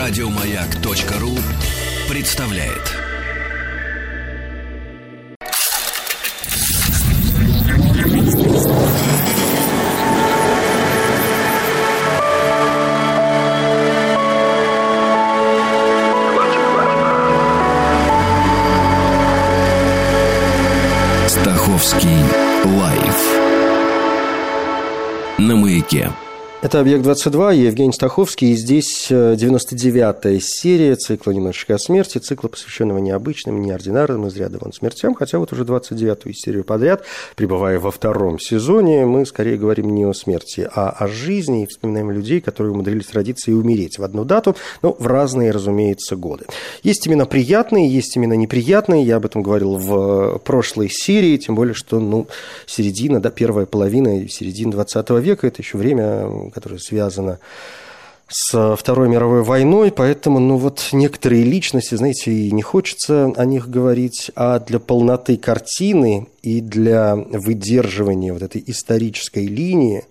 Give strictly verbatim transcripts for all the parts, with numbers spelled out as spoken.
Радиомаяк.ру представляет. Стаховский лайф на Маяке. Это «Объект-двадцать два», я Евгений Стаховский, и здесь девяносто девятая серия цикла «Немножечко о смерти», цикла, посвященного необычным, неординарным, из ряда вон смертям, хотя вот уже двадцать девятую серию подряд, пребывая во втором сезоне, мы скорее говорим не о смерти, а о жизни, и вспоминаем людей, которые умудрились родиться и умереть в одну дату, но в разные, разумеется, годы. Есть именно приятные, есть именно неприятные, я об этом говорил в прошлой серии, тем более, что, ну, середина, да, первая половина, середина двадцатого века, это еще время, которое связано с Второй мировой войной, поэтому, ну, вот некоторые личности, знаете, и не хочется о них говорить, а для полноты картины и для выдерживания вот этой исторической линии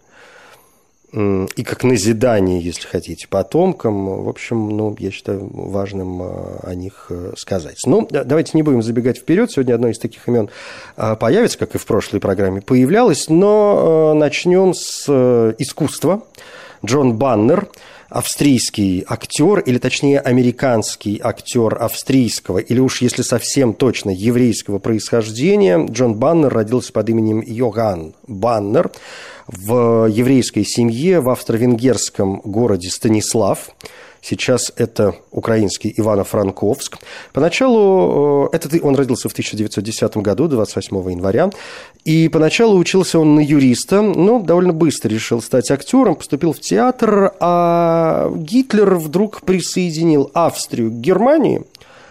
и как назидание, если хотите, потомкам, в общем, ну, я считаю важным о них сказать. Но давайте не будем забегать вперед. Сегодня одно из таких имен появится, как и в прошлой программе появлялось, но начнем с искусства. Джон Баннер, австрийский актер, или точнее американский актер австрийского, или уж если совсем точно еврейского происхождения. Джон Баннер родился под именем Йоганн Баннер в еврейской семье в австро-венгерском городе Станислав. Сейчас это украинский Ивано-Франковск. Поначалу, этот, он родился в тысяча девятьсот десятом году, двадцать восьмого января, и поначалу учился он на юриста, но довольно быстро решил стать актером, поступил в театр, а Гитлер вдруг присоединил Австрию к Германии,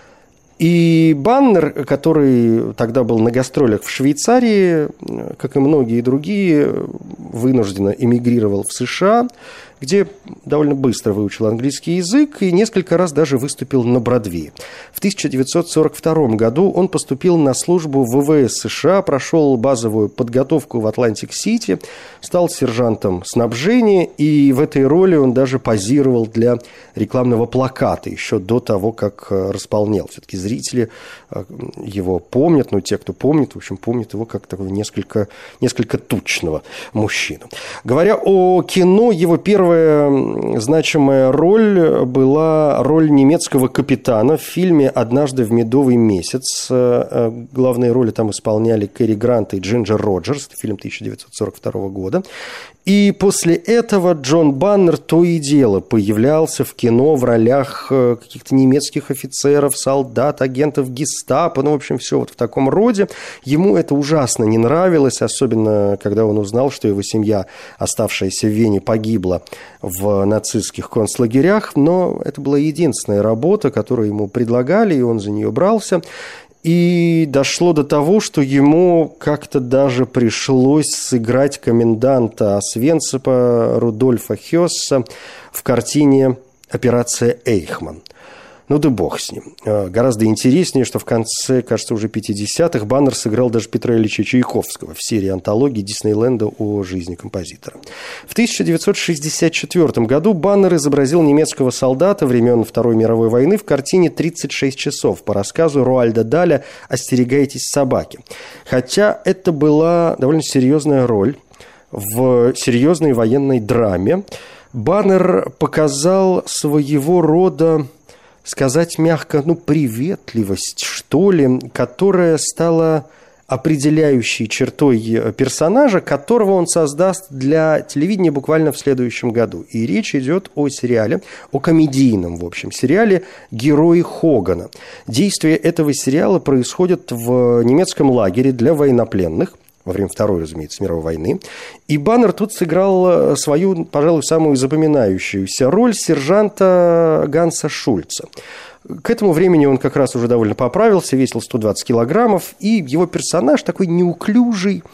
и Баннер, который тогда был на гастролях в Швейцарии, как и многие другие, вынужденно эмигрировал в США, где довольно быстро выучил английский язык и несколько раз даже выступил на Бродвее. В тысяча девятьсот сорок втором году он поступил на службу в ВВС США, прошел базовую подготовку в Атлантик-Сити, стал сержантом снабжения, и в этой роли он даже позировал для рекламного плаката еще до того, как располнел. Все-таки зрители его помнят, ну, те, кто помнит, в общем, помнят его как такого несколько, несколько тучного мужчину. Говоря о кино, его первая значимая роль была роль немецкого капитана в фильме «Однажды в медовый месяц». Главные роли там исполняли Кэрри Грант и Джинджер Роджерс. Это фильм тысяча девятьсот сорок второго года. И после этого Джон Баннер то и дело появлялся в кино в ролях каких-то немецких офицеров, солдат, агентов гестапо, ну, в общем, все вот в таком роде. Ему это ужасно не нравилось, особенно когда он узнал, что его семья, оставшаяся в Вене, погибла в нацистских концлагерях, но это была единственная работа, которую ему предлагали, и он за нее брался. И дошло до того, что ему как-то даже пришлось сыграть коменданта Освенцима Рудольфа Хесса в картине «Операция Эйхман». Ну да бог с ним. Гораздо интереснее, что в конце, кажется, уже пятидесятых Баннер сыграл даже Петра Ильича Чайковского в серии антологии Диснейленда о жизни композитора. В тысяча девятьсот шестьдесят четвёртом году Баннер изобразил немецкого солдата времен Второй мировой войны в картине «тридцать шесть часов» по рассказу Роальда Даля «Остерегайтесь собаки». Хотя это была довольно серьезная роль в серьезной военной драме, Баннер показал своего рода, сказать мягко, ну, приветливость, что ли, которая стала определяющей чертой персонажа, которого он создаст для телевидения буквально в следующем году. И речь идет о сериале, о комедийном, в общем, сериале «Герои Хогана». Действие этого сериала происходит в немецком лагере для военнопленных, во время Второй, разумеется, мировой войны. И Баннер тут сыграл свою, пожалуй, самую запоминающуюся роль сержанта Ганса Шульца. К этому времени он как раз уже довольно поправился, весил сто двадцать килограммов, и его персонаж такой неуклюжий,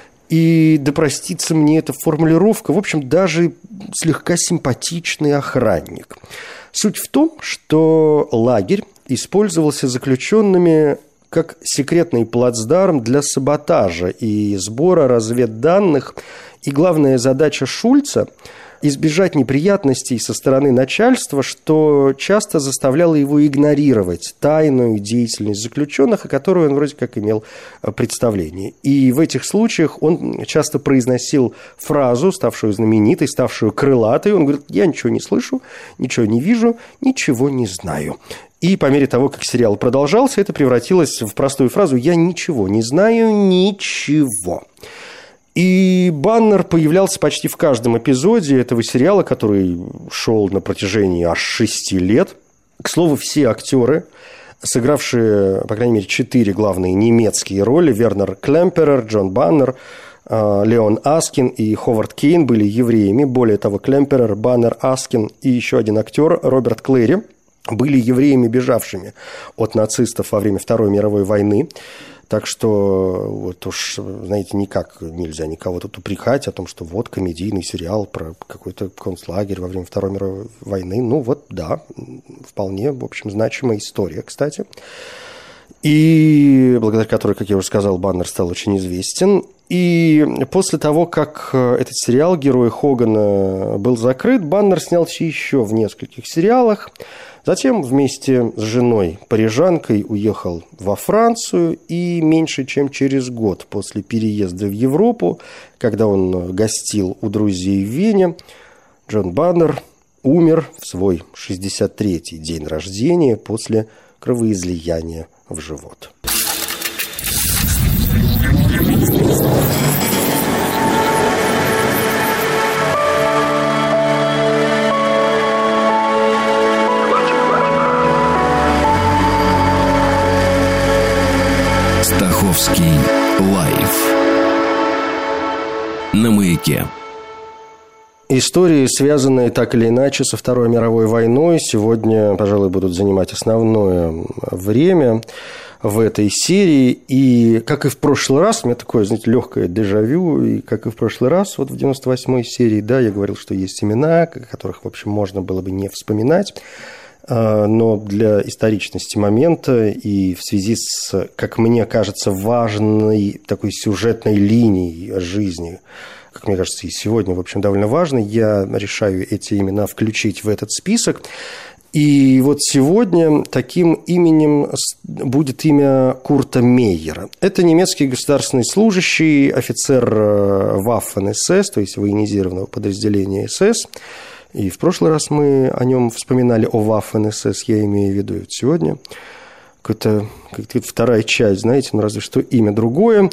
и, да простится мне эта формулировка, в общем, даже слегка симпатичный охранник. Суть в том, что лагерь использовался заключенными как секретный плацдарм для саботажа и сбора разведданных И главная задача Шульца – избежать неприятностей со стороны начальства, что часто заставляло его игнорировать тайную деятельность заключенных, о которой он вроде как имел представление. И в этих случаях он часто произносил фразу, ставшую знаменитой, ставшую крылатой. Он говорит: я ничего не слышу, ничего не вижу, ничего не знаю. И по мере того, как сериал продолжался, это превратилось в простую фразу: я ничего не знаю, ничего. И Баннер появлялся почти в каждом эпизоде этого сериала, который шел на протяжении аж шести лет. К слову, все актеры, сыгравшие, по крайней мере, четыре главные немецкие роли, Вернер Клемперер, Джон Баннер, Леон Аскин и Ховард Кейн, были евреями. Более того, Клемперер, Баннер, Аскин и еще один актер, Роберт Клэри, были евреями, бежавшими от нацистов во время Второй мировой войны. Так что вот уж, знаете, никак нельзя никого тут упрекать о том, что вот комедийный сериал про какой-то концлагерь во время Второй мировой войны. Ну вот, да, вполне, в общем, значимая история, кстати. И благодаря которой, как я уже сказал, Баннер стал очень известен. И после того, как этот сериал «Герои Хогана» был закрыт, Баннер снялся еще в нескольких сериалах. Затем вместе с женой парижанкой уехал во Францию, и меньше чем через год после переезда в Европу, когда он гостил у друзей в Вене, Джон Баннер умер в свой шестьдесят третий день рождения после кровоизлияния в живот. Стаховский лайф на Маяке. Истории, связанные так или иначе со Второй мировой войной, сегодня, пожалуй, будут занимать основное время в этой серии. И, как и в прошлый раз, у меня такое, знаете, легкое дежавю, и как и в прошлый раз, вот в девяносто восьмой серии, да, я говорил, что есть имена, которых, в общем, можно было бы не вспоминать. Но для историчности момента и в связи с, как мне кажется, важной такой сюжетной линией жизни, как мне кажется, и сегодня, в общем, довольно важной, я решаю эти имена включить в этот список. И вот сегодня таким именем будет имя Курта Мейера. Это немецкий государственный служащий, офицер Waffen-эс эс, то есть военизированного подразделения эс эс. И в прошлый раз мы о нем вспоминали, о Waffen-эс эс, я имею в виду сегодня. Какая-то, какая-то вторая часть, знаете, ну разве что имя другое.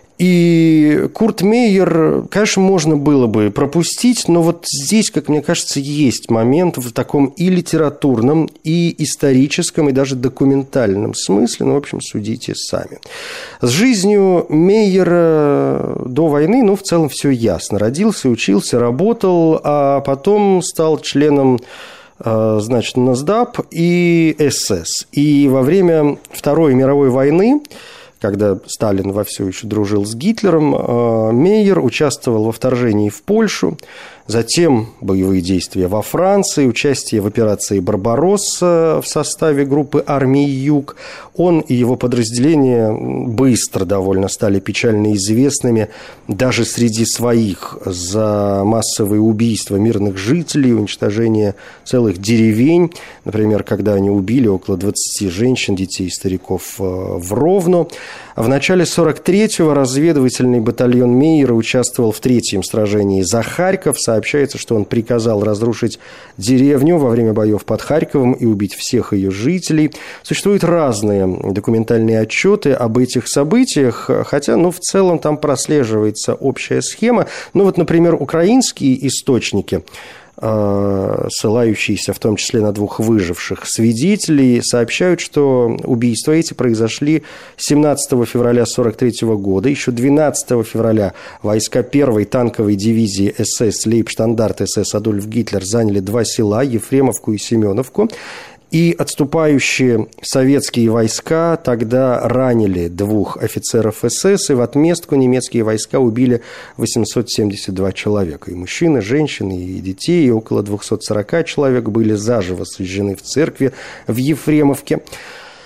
И Курт Мейер, конечно, можно было бы пропустить, но вот здесь, как мне кажется, есть момент в таком и литературном, и историческом, и даже документальном смысле. Ну, в общем, судите сами. С жизнью Мейера до войны, ну, в целом все ясно. Родился, учился, работал, а потом стал членом, значит, Насдап и эс эс. И во время Второй мировой войны, когда Сталин вовсю еще дружил с Гитлером, Мейер участвовал во вторжении в Польшу, затем боевые действия во Франции, участие в операции «Барбаросса» в составе группы армии «Юг». Он и его подразделения быстро довольно стали печально известными даже среди своих за массовые убийства мирных жителей, уничтожение целых деревень. Например, когда они убили около двадцати женщин, детей и стариков в Ровно. В начале сорок третьего разведывательный батальон Мейера участвовал в третьем сражении за Харьков. Сообщается, что он приказал разрушить деревню во время боев под Харьковом и убить всех ее жителей. Существуют разные документальные отчеты об этих событиях, хотя, ну, в целом там прослеживается общая схема. Ну, вот, например, украинские источники, ссылающиеся в том числе на двух выживших свидетелей, сообщают, что убийства эти произошли семнадцатого февраля сорок третьего года. Еще двенадцатого февраля войска первой танковой дивизии эс эс, лейбштандарт эс эс Адольф Гитлер, заняли два села, Ефремовку и Семеновку. И отступающие советские войска тогда ранили двух офицеров эс эс, и в отместку немецкие войска убили восемьсот семьдесят два человека. И мужчин, и женщин, и детей, и около двухсот сорока человек были заживо сожжены в церкви в Ефремовке.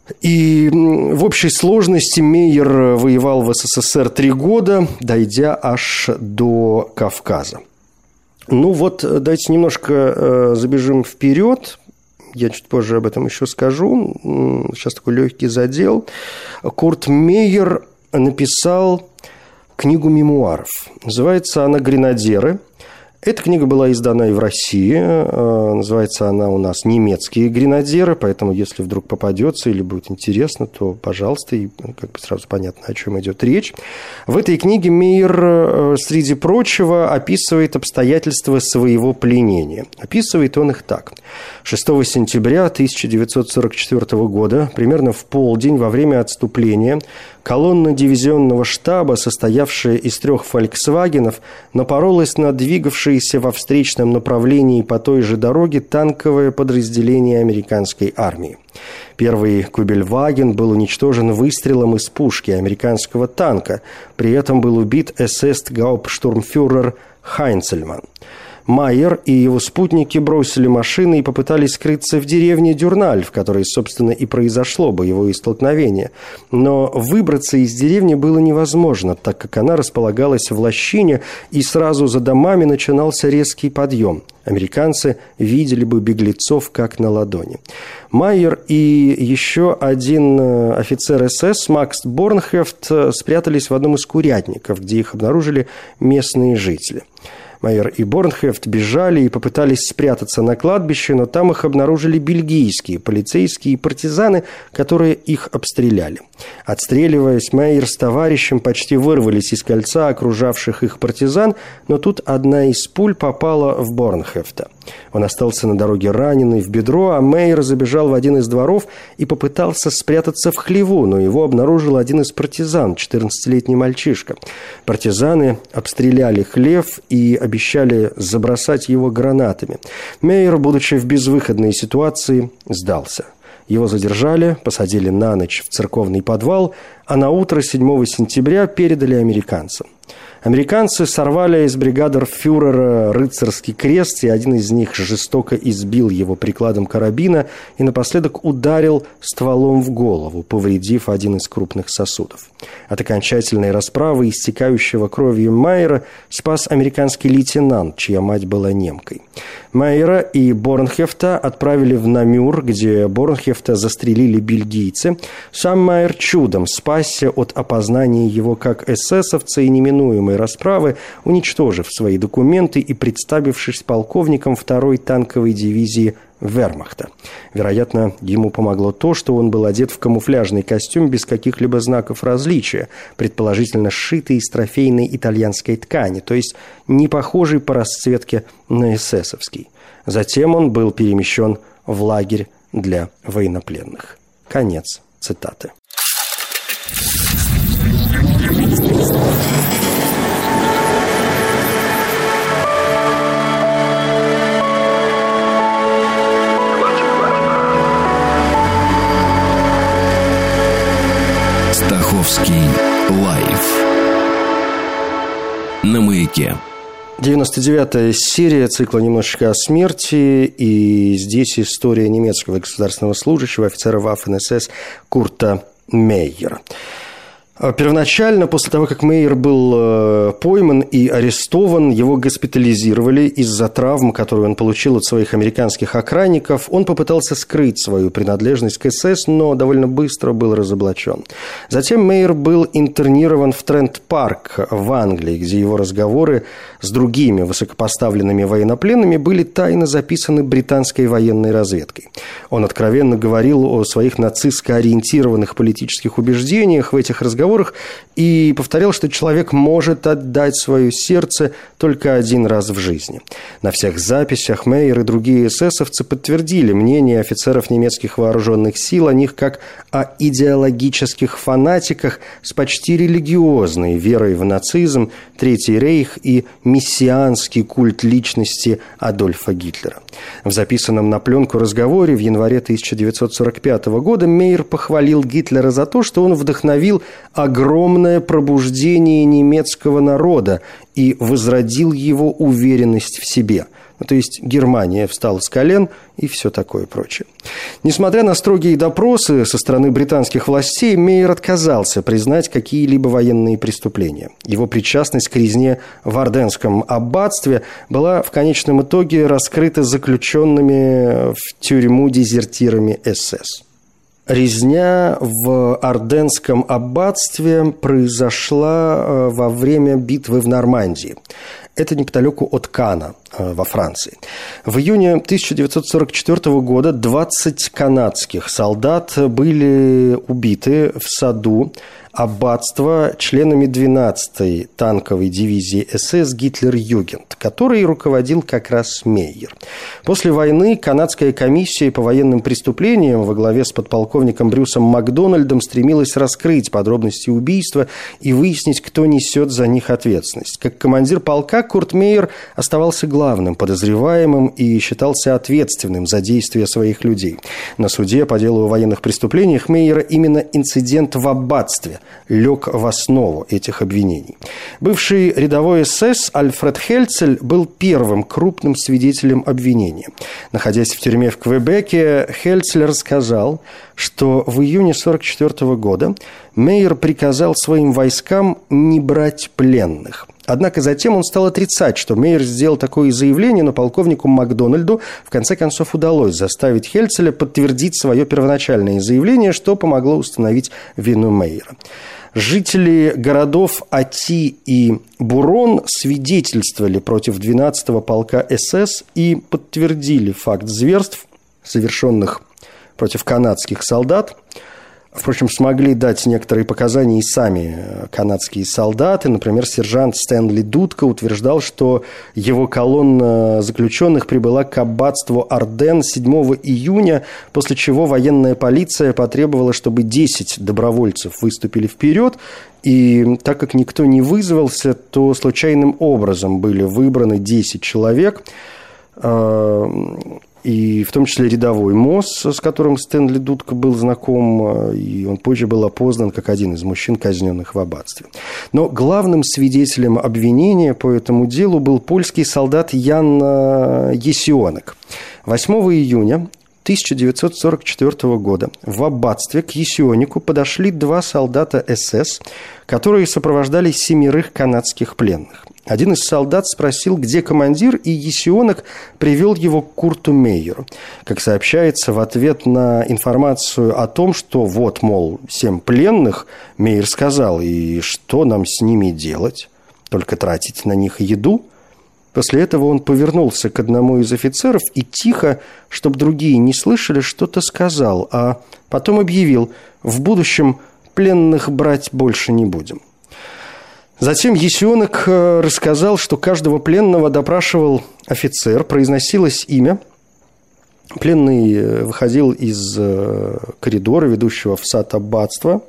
И в общей сложности Мейер воевал в СССР три года, дойдя аж до Кавказа. Ну вот, давайте немножко забежим вперед. Я чуть позже об этом еще скажу. Сейчас такой легкий задел. Курт Мейер написал книгу мемуаров. Называется она «Гренадеры». Эта книга была издана и в России. Называется она у нас «Немецкие гренадеры», поэтому если вдруг попадется или будет интересно, то, пожалуйста, и как бы сразу понятно, о чем идет речь. В этой книге Мейер, среди прочего, описывает обстоятельства своего пленения. Описывает он их так. шестого сентября тысяча девятьсот сорок четвёртого года, примерно в полдень, во время отступления, колонна дивизионного штаба, состоявшая из трех «Фольксвагенов», напоролась на двигавшееся во встречном направлении по той же дороге танковое подразделение американской армии. Первый «Кубельваген» был уничтожен выстрелом из пушки американского танка. При этом был убит эс эс-гауптштурмфюрер Хайнцельман. Майер и его спутники бросили машины и попытались скрыться в деревне Дюрналь, в которой, собственно, и произошло боевое столкновение. Но выбраться из деревни было невозможно, так как она располагалась в лощине, и сразу за домами начинался резкий подъем. Американцы видели бы беглецов как на ладони. Майер и еще один офицер эс эс, Макс Борнхефт, спрятались в одном из курятников, где их обнаружили местные жители. Майер и Борнхефт бежали и попытались спрятаться на кладбище, но там их обнаружили бельгийские полицейские и партизаны, которые их обстреляли. Отстреливаясь, Майер с товарищем почти вырвались из кольца окружавших их партизан, но тут одна из пуль попала в Борнхефта. Он остался на дороге раненый в бедро, а Майер забежал в один из дворов и попытался спрятаться в хлеву, но его обнаружил один из партизан, четырнадцатилетний мальчишка. Партизаны обстреляли хлев и обещали забросать его гранатами. Майер, будучи в безвыходной ситуации, сдался. Его задержали, посадили на ночь в церковный подвал, а на утро седьмого сентября передали американцам. Американцы сорвали из бригадерфюрера рыцарский крест, и один из них жестоко избил его прикладом карабина и напоследок ударил стволом в голову, повредив один из крупных сосудов. От окончательной расправы, истекающего кровью Майера, спас американский лейтенант, чья мать была немкой. Майера и Борнхефта отправили в Намюр, где Борнхефта застрелили бельгийцы. Сам Майер чудом спасся от опознания его как эсэсовца и неминуемой расправы, уничтожив свои документы и представившись полковником второй танковой дивизии Вермахта. Вероятно, ему помогло то, что он был одет в камуфляжный костюм без каких-либо знаков различия, предположительно сшитый из трофейной итальянской ткани, то есть не похожий по расцветке на эсэсовский. Затем он был перемещен в лагерь для военнопленных. Конец цитаты. Стаховский лайф на Маяке. девяносто девятая серия цикла «Немножечко о смерти», и здесь история немецкого государственного служащего, офицера Waffen-эс эс Курта Мейера. Первоначально, после того, как Мейер был пойман и арестован, его госпитализировали из-за травм, которые он получил от своих американских охранников. Он попытался скрыть свою принадлежность к эс эс, но довольно быстро был разоблачен. Затем Мейер был интернирован в Трент-парк в Англии, где его разговоры с другими высокопоставленными военнопленными были тайно записаны британской военной разведкой. Он откровенно говорил о своих нацистско-ориентированных политических убеждениях в этих разговорах и повторял, что человек может отдать свое сердце только один раз в жизни. На всех записях Мейер и другие эсэсовцы подтвердили мнение офицеров немецких вооруженных сил о них как о идеологических фанатиках с почти религиозной верой в нацизм, Третий рейх и мессианский культ личности Адольфа Гитлера. В записанном на пленку разговоре в январе тысяча девятьсот сорок пятого года Мейер похвалил Гитлера за то, что он вдохновил огромное пробуждение немецкого народа и возродил его уверенность в себе. Ну, то есть Германия встала с колен и все такое прочее. Несмотря на строгие допросы со стороны британских властей, Мейер отказался признать какие-либо военные преступления. Его причастность к резне в Арденском аббатстве была в конечном итоге раскрыта заключенными в тюрьму дезертирами эс эс. Резня в Арденском аббатстве произошла во время битвы в Нормандии. Это неподалеку от Канна во Франции. В июне тысяча девятьсот сорок четвёртого года двадцать канадских солдат были убиты в саду аббатства членами двенадцатой танковой дивизии эс эс «Гитлер-Югент», которой руководил как раз Мейер. После войны канадская комиссия по военным преступлениям во главе с подполковником Брюсом Макдональдом стремилась раскрыть подробности убийства и выяснить, кто несет за них ответственность. Как командир полка Курт Мейер оставался главным подозреваемым и считался ответственным за действия своих людей. На суде по делу о военных преступлениях Мейера именно инцидент в аббатстве лег в основу этих обвинений. Бывший рядовой эс эс Альфред Хельцель был первым крупным свидетелем обвинения. Находясь в тюрьме в Квебеке, Хельцель рассказал, что в июне сорок четвёртого года Мейер приказал своим войскам не брать пленных. Однако затем он стал отрицать, что Мейер сделал такое заявление, но полковнику Макдональду в конце концов удалось заставить Хельцеля подтвердить свое первоначальное заявление, что помогло установить вину Мейера. Жители городов Ати и Бурон свидетельствовали против двенадцатого полка эс эс и подтвердили факт зверств, совершенных против канадских солдат. Впрочем, смогли дать некоторые показания и сами канадские солдаты. Например, сержант Стэнли Дудко утверждал, что его колонна заключенных прибыла к аббатству Арден седьмого июня, после чего военная полиция потребовала, чтобы десять добровольцев выступили вперед. И так как никто не вызвался, то случайным образом были выбраны десять человек, и в том числе рядовой Мосс, с которым Стэнли Дудко был знаком, и он позже был опознан как один из мужчин, казненных в аббатстве. Но главным свидетелем обвинения по этому делу был польский солдат Ян Есионек. восьмого июня тысяча девятьсот сорок четвёртого года в аббатстве к Есионику подошли два солдата эс эс, которые сопровождали семерых канадских пленных. Один из солдат спросил, где командир, и Есионек привел его к Курту Мейеру. Как сообщается, в ответ на информацию о том, что вот, мол, семь пленных, Мейер сказал, и что нам с ними делать? Только тратить на них еду? После этого он повернулся к одному из офицеров и тихо, чтобы другие не слышали, что-то сказал, а потом объявил, в будущем пленных брать больше не будем. Затем Есионек рассказал, что каждого пленного допрашивал офицер, произносилось имя. Пленный выходил из коридора, ведущего в сад аббатства.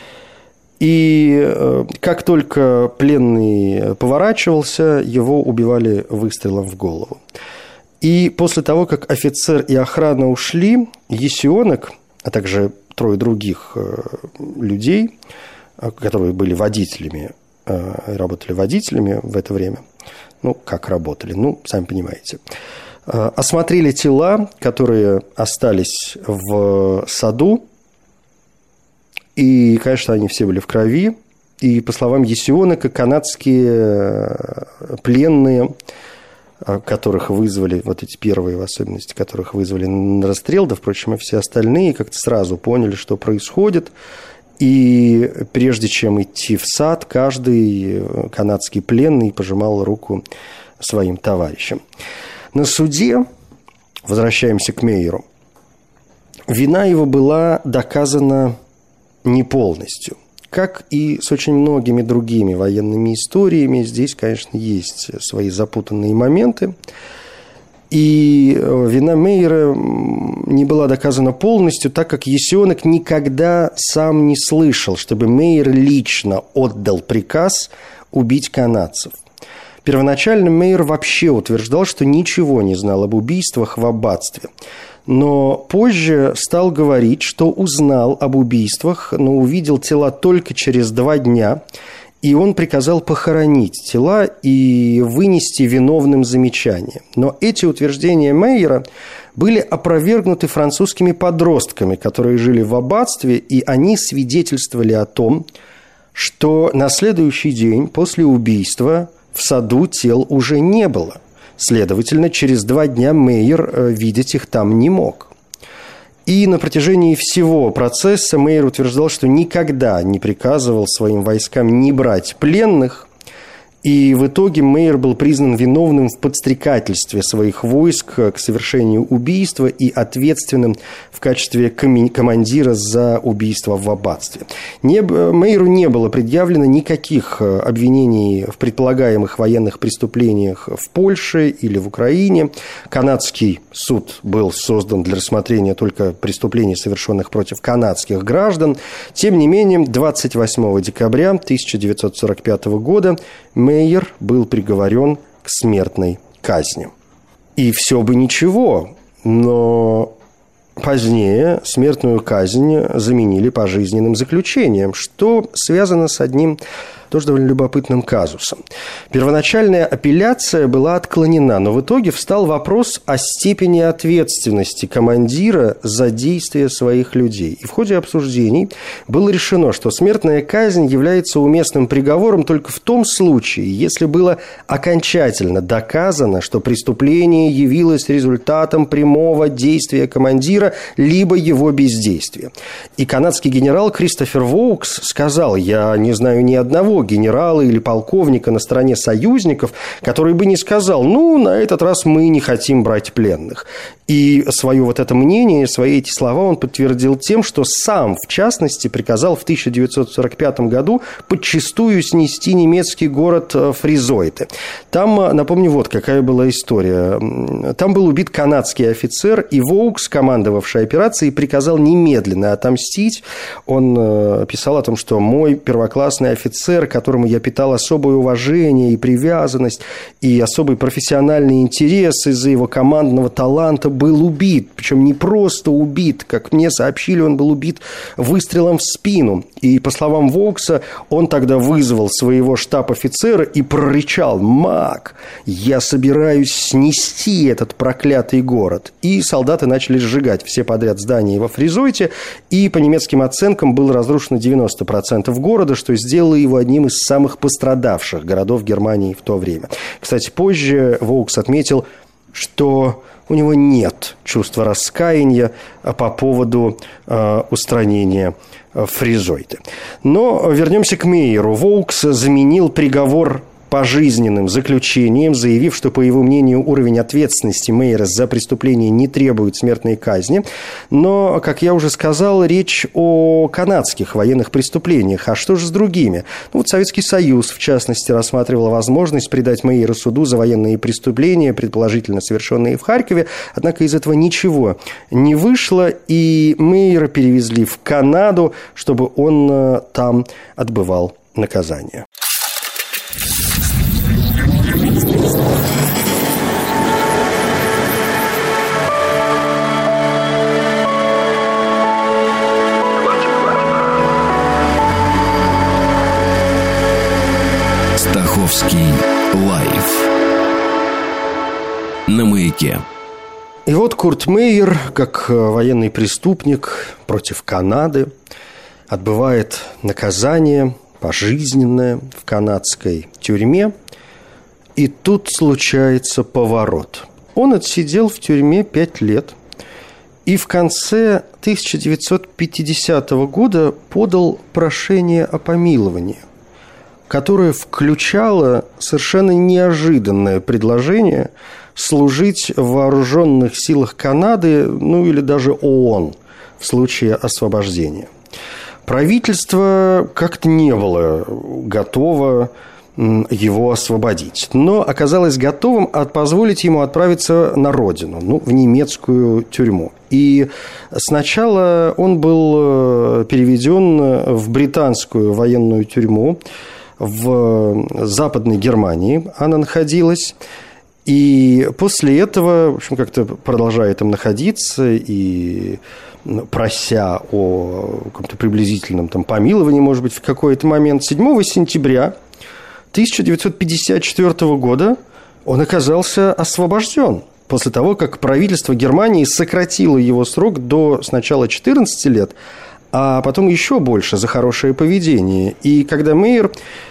И как только пленный поворачивался, его убивали выстрелом в голову. И после того, как офицер и охрана ушли, Есионек, а также трое других людей, которые были водителями, работали водителями в это время. Ну, как работали? Ну, сами понимаете. Осмотрели тела, которые остались в саду. И, конечно, они все были в крови. И, по словам Есионека, канадские пленные, которых вызвали, вот эти первые в особенности, которых вызвали на расстрел, да, впрочем, и все остальные как-то сразу поняли, что происходит. И прежде чем идти в сад, каждый канадский пленный пожимал руку своим товарищам. На суде, возвращаемся к Мейеру, вина его была доказана не полностью. Как и с очень многими другими военными историями, здесь, конечно, есть свои запутанные моменты. И вина Мейера не была доказана полностью, так как Есионек никогда сам не слышал, чтобы Мейер лично отдал приказ убить канадцев. Первоначально Мейер вообще утверждал, что ничего не знал об убийствах в аббатстве. но позже стал говорить, что узнал об убийствах, но увидел тела только через два дня, и он приказал похоронить тела и вынести виновным замечания. Но эти утверждения Мейера были опровергнуты французскими подростками, которые жили в аббатстве, и они свидетельствовали о том, что на следующий день после убийства в саду тел уже не было. Следовательно, через два дня Мейер видеть их там не мог. И на протяжении всего процесса Мейер утверждал, что никогда не приказывал своим войскам не брать пленных, и в итоге Мейер был признан виновным в подстрекательстве своих войск к совершению убийства и ответственным в качестве командира за убийство в аббатстве. Не, Мейеру не было предъявлено никаких обвинений в предполагаемых военных преступлениях в Польше или в Украине. Канадский суд был создан для рассмотрения только преступлений, совершенных против канадских граждан. Тем не менее, двадцать восьмого декабря тысяча девятьсот сорок пятого года Мейер был приговорен к смертной казни. И все бы ничего, но позднее смертную казнь заменили пожизненным заключением, что связано с одним тоже довольно любопытным казусом. Первоначальная апелляция была отклонена, но в итоге встал вопрос о степени ответственности командира за действия своих людей. И в ходе обсуждений было решено, что смертная казнь является уместным приговором только в том случае, если было окончательно доказано, что преступление явилось результатом прямого действия командира либо его бездействия. И канадский генерал Кристофер Воукс сказал: «Я не знаю ни одного генерала или полковника на стороне союзников, который бы не сказал: ну, на этот раз мы не хотим брать пленных». И свое вот это мнение, свои эти слова он подтвердил тем, что сам, в частности, приказал в тысяча девятьсот сорок пятом году подчистую снести немецкий город Фризойте. Там, напомню, вот какая была история. Там был убит канадский офицер, и Воукс, командовавший операцией, приказал немедленно отомстить. Он писал о том, что мой первоклассный офицер, к которому я питал особое уважение и привязанность, и особый профессиональный интерес из-за его командного таланта, был убит. Причем не просто убит, как мне сообщили, он был убит выстрелом в спину. И, по словам Воукса, он тогда вызвал своего штаб-офицера и прорычал: «Мак, я собираюсь снести этот проклятый город». И солдаты начали сжигать все подряд здания во Фризойте, и по немецким оценкам было разрушено девяносто процентов города, что сделало его одним из самых пострадавших городов Германии в то время. Кстати, позже Воукс отметил, что у него нет чувства раскаяния по поводу э, устранения Фризойте. Но вернемся к Мейеру. Воукс заменил приговор пожизненным заключением, заявив, что, по его мнению, уровень ответственности Мейера за преступление не требует смертной казни. Но, как я уже сказал, речь о канадских военных преступлениях. А что же с другими? Ну, вот Советский Союз, в частности, рассматривал возможность предать Мейера суду за военные преступления, предположительно совершенные в Харькове. Однако из этого ничего не вышло, и Мейера перевезли в Канаду, чтобы он там отбывал наказание. Стаховский лайф на Маяке. И вот Курт Мейер, как военный преступник против Канады, отбывает наказание пожизненное в канадской тюрьме. И тут случается поворот. Он отсидел в тюрьме пять лет. И в конце тысяча девятьсот пятидесятого года подал прошение о помиловании, которое включало совершенно неожиданное предложение служить в вооруженных силах Канады, ну или даже ООН в случае освобождения. Правительство как-то не было готово его освободить, но оказалось готовым позволить ему отправиться на родину, ну, в немецкую тюрьму. И сначала он был переведен в британскую военную тюрьму в Западной Германии, она находилась. И после этого, в общем, как-то продолжая там находиться и прося о каком-то приблизительном там помиловании, может быть, в какой-то момент, седьмого сентября тысяча девятьсот пятьдесят четвёртого года он оказался освобожден после того, как правительство Германии сократило его срок до сначала четырнадцати лет, а потом еще больше за хорошее поведение. И когда Мейер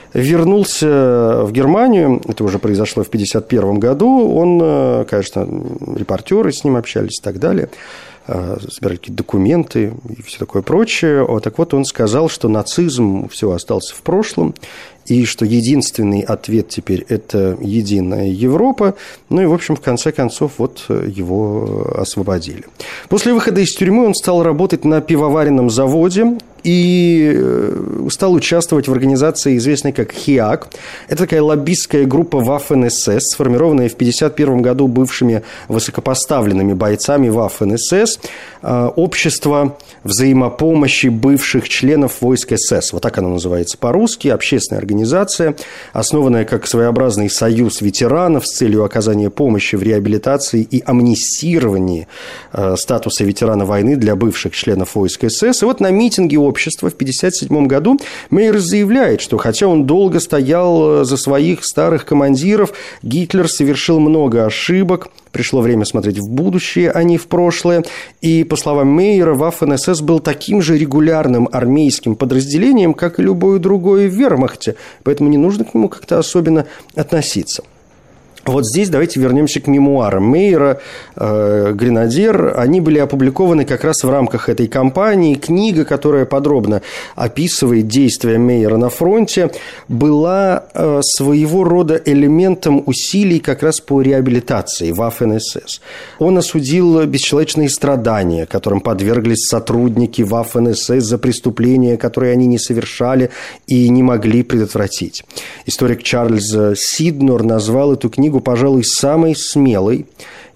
вернулся в Германию, это уже произошло в пятьдесят первом году, он, конечно, репортеры с ним общались и так далее, собирали какие-то документы и все такое прочее. Так вот, он сказал, что нацизм все остался в прошлом, и что единственный ответ теперь – это единая Европа. Ну и, в общем, в конце концов, вот его освободили. После выхода из тюрьмы он стал работать на пивоваренном заводе и стал участвовать в организации, известной как ХИАК. Это такая лоббистская группа Waffen-эс эс, сформированная в пятьдесят первом году бывшими высокопоставленными бойцами Waffen-эс эс, общество взаимопомощи бывших членов войск эс эс. Вот так оно называется по-русски. Общественная организация, основанная как своеобразный союз ветеранов с целью оказания помощи в реабилитации и амнистировании статуса ветерана войны для бывших членов войск эс эс. И вот на митинге общества в пятьдесят седьмом году Мейер заявляет, что хотя он долго стоял за своих старых командиров, Гитлер совершил много ошибок. Пришло время смотреть в будущее, а не в прошлое. И, по словам Мейера, Waffen-эс эс был таким же регулярным армейским подразделением, как и любое другое в вермахте. Поэтому не нужно к нему как-то особенно относиться. Вот здесь давайте вернемся к мемуарам Мейера э, «Гренадер». Они были опубликованы как раз в рамках этой кампании. Книга, которая подробно описывает действия Мейера на фронте, была э, своего рода элементом усилий как раз по реабилитации Waffen-эс эс. Он осудил бесчеловечные страдания, которым подверглись сотрудники Waffen-эс эс за преступления, которые они не совершали и не могли предотвратить. Историк Чарльз Сиднор назвал эту книгу, пожалуй, самой смелой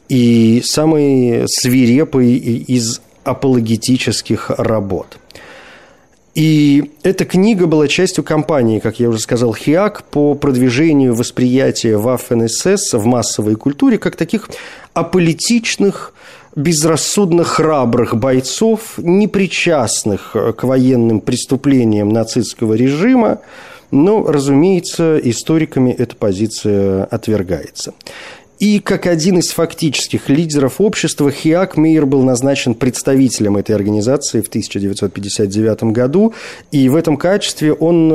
и самой свирепой из апологетических работ. И эта книга была частью кампании, как я уже сказал, ХИАК по продвижению восприятия Waffen-эс эс в массовой культуре как таких аполитичных, безрассудно храбрых бойцов, непричастных к военным преступлениям нацистского режима. Но, разумеется, историками эта позиция отвергается. И как один из фактических лидеров общества ХИАК Мейер был назначен представителем этой организации в тысяча девятьсот пятьдесят девятом году. И в этом качестве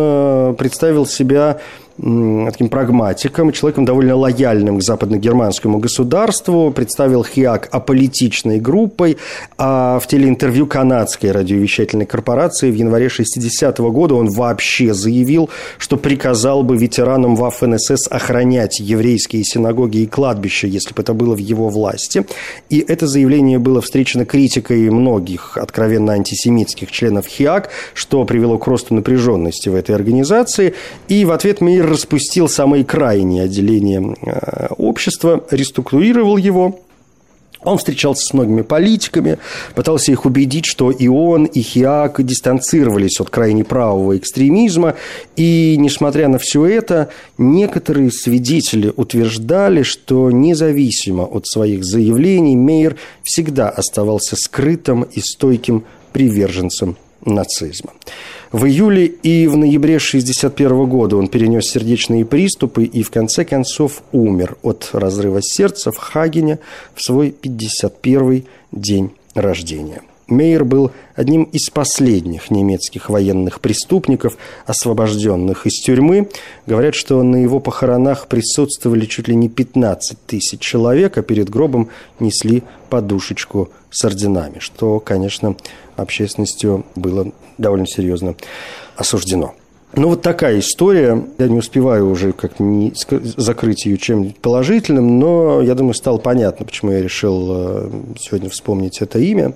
он представил себя таким прагматиком, человеком довольно лояльным к западногерманскому государству, представил ХИАК аполитичной группой, а в телеинтервью канадской радиовещательной корпорации в январе шестидесятого года он вообще заявил, что приказал бы ветеранам Waffen-эс эс охранять еврейские синагоги и кладбища, если бы это было в его власти. И это заявление было встречено критикой многих откровенно антисемитских членов ХИАК, что привело к росту напряженности в этой организации. И в ответ Мейер распустил самые крайние отделения общества, реструктурировал его. Он встречался с многими политиками, пытался их убедить, что и он, и ХИАК дистанцировались от крайне правого экстремизма. И, несмотря на все это, некоторые свидетели утверждали, что независимо от своих заявлений Мейер всегда оставался скрытым и стойким приверженцем нацизма. В июле и в ноябре шестьдесят первого года он перенес сердечные приступы и в конце концов умер от разрыва сердца в Хагене в свой пятьдесят первый день рождения. Мейер был одним из последних немецких военных преступников, освобожденных из тюрьмы. Говорят, что на его похоронах присутствовали чуть ли не пятнадцать тысяч человек, а перед гробом несли подушечку с орденами, что, конечно, общественностью было довольно серьезно осуждено. Ну, вот такая история. Я не успеваю уже как не закрыть ее чем-нибудь положительным, но, я думаю, стало понятно, почему я решил сегодня вспомнить это имя.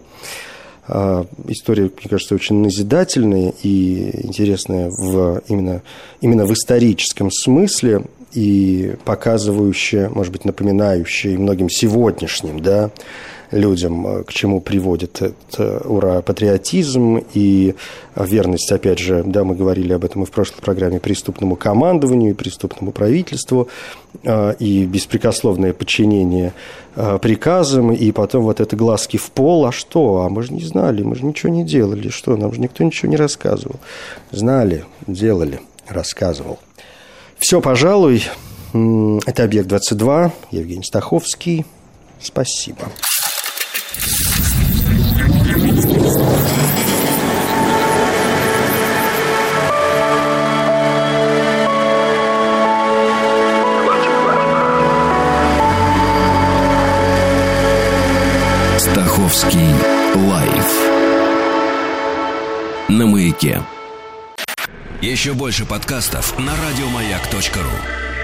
История, мне кажется, очень назидательная и интересная в, именно, именно в историческом смысле. и показывающее, может быть, напоминающее многим сегодняшним, да, людям, к чему приводит этот ура-патриотизм и верность, опять же, да, мы говорили об этом и в прошлой программе, преступному командованию и преступному правительству, и беспрекословное подчинение приказам, и потом вот это глазки в пол, а что, а мы же не знали, мы же ничего не делали, что, нам же никто ничего не рассказывал. Знали, делали, рассказывал. Все, пожалуй, это «Объект-двадцать два», Евгений Стаховский, спасибо. Стаховский лайф на Маяке. Еще больше подкастов на радиомаяк точка ру.